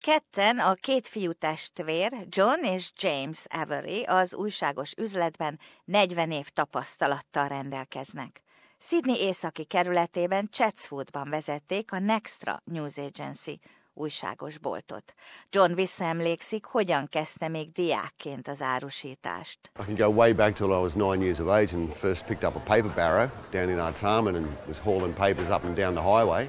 Ketten, a két fiú testvér, John és James Avery az újságos üzletben 40 év tapasztalattal rendelkeznek. Sydney északi kerületében Chatswoodban vezették a Nextra News Agency újságos boltot. John visszaemlékszik, hogyan kezdte még diákként az árusítást. I can go way back till I was 9 years of age and first picked up a paper barrow down in Artarmon and was hauling papers up and down the highway.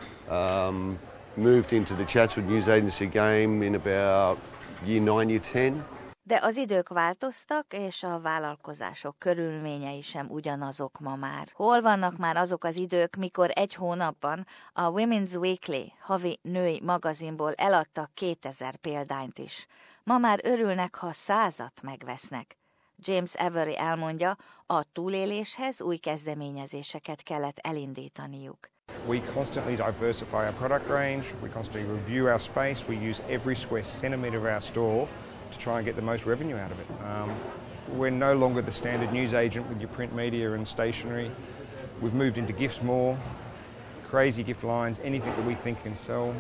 Moved into the Chatswood News Agency game in about year 9, year 10. De az idők változtak, és a vállalkozások körülményei sem ugyanazok ma már. Hol vannak már azok az idők, mikor egy hónapban a Women's Weekly havi női magazinból eladtak 2000 példányt is. Ma már örülnek, ha 100-at megvesznek. James Avery elmondja, a túléléshez új kezdeményezéseket kellett elindítaniuk. We constantly diversify our product range, we constantly review our space, we use every square centimetre of our store to try and get the most revenue out of it. We're no longer the standard news agent with your print media and stationery. We've moved into gifts more, crazy gift lines, anything that we think can sell,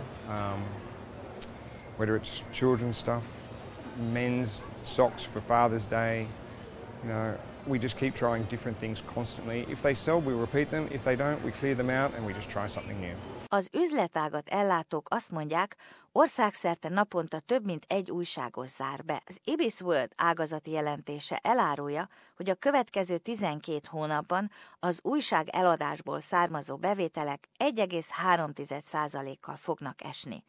whether it's children's stuff, men's socks for Father's Day, we just keep trying different things constantly. If they sell, we repeat them. If they don't, we clear them out and we just try something new. Az üzletágat ellátók azt mondják, országszerte naponta több mint egy újságos zár be. Az Ibis World ágazati jelentése elárulja, hogy a következő 12 hónapban az újság eladásból származó bevételek 1,3%-kal fognak esni.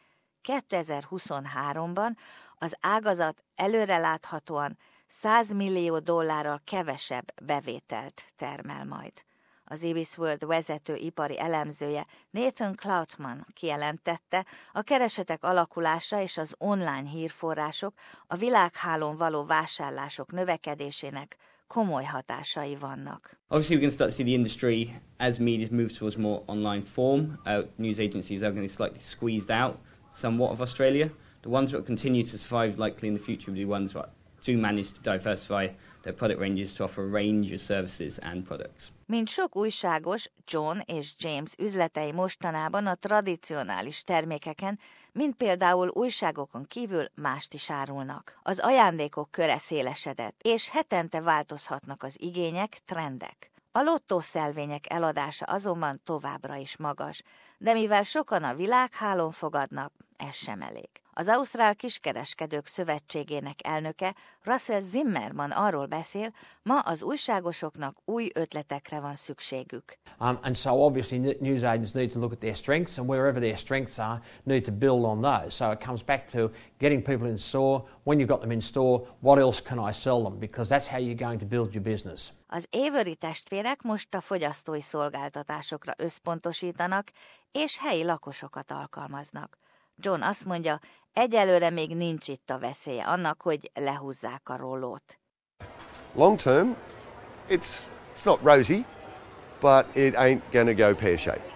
2023-ban az ágazat előreláthatóan $100 millió kevesebb bevételt termel majd. Az Ibis World vezető ipari elemzője Nathan Cloutman kijelentette, a keresetek alakulása és az online hírforrások a világhálón való vásárlások növekedésének komoly hatásai vannak. Obviously we're going to start to see the industry, as media moves towards more online form, news agencies are going to be slightly squeezed out somewhat of Australia. The ones that will continue to survive likely in the future will be the ones that do manage to diversify their product ranges to offer a range of services and products. Mint sok újságos, John és James üzletei mostanában a tradicionális termékeken, mint például újságokon kívül mást is árulnak. Az ajándékok köre szélesedett, és hetente változhatnak az igények, trendek. A lottószelvények eladása azonban továbbra is magas, de mivel sokan a világhálón fogadnak, ez sem elég. Az Ausztrál Kiskereskedők Szövetségének elnöke Russell Zimmerman arról beszél, ma az újságosoknak új ötletekre van szükségük. And so obviously news agents need to look at their strengths, and wherever their strengths are, need to build on those. So it comes back to getting people in store. When you've got them in store, what else can I sell them? Because that's how you're going to build your business. Az Avery testvérek most a fogyasztói szolgáltatásokra összpontosítanak, és helyi lakosokat alkalmaznak. John azt mondja, egyelőre még nincs itt a veszélye annak, hogy lehúzzák a rollót. Long term, it's not rosy, but it ain't gonna go pear-shaped.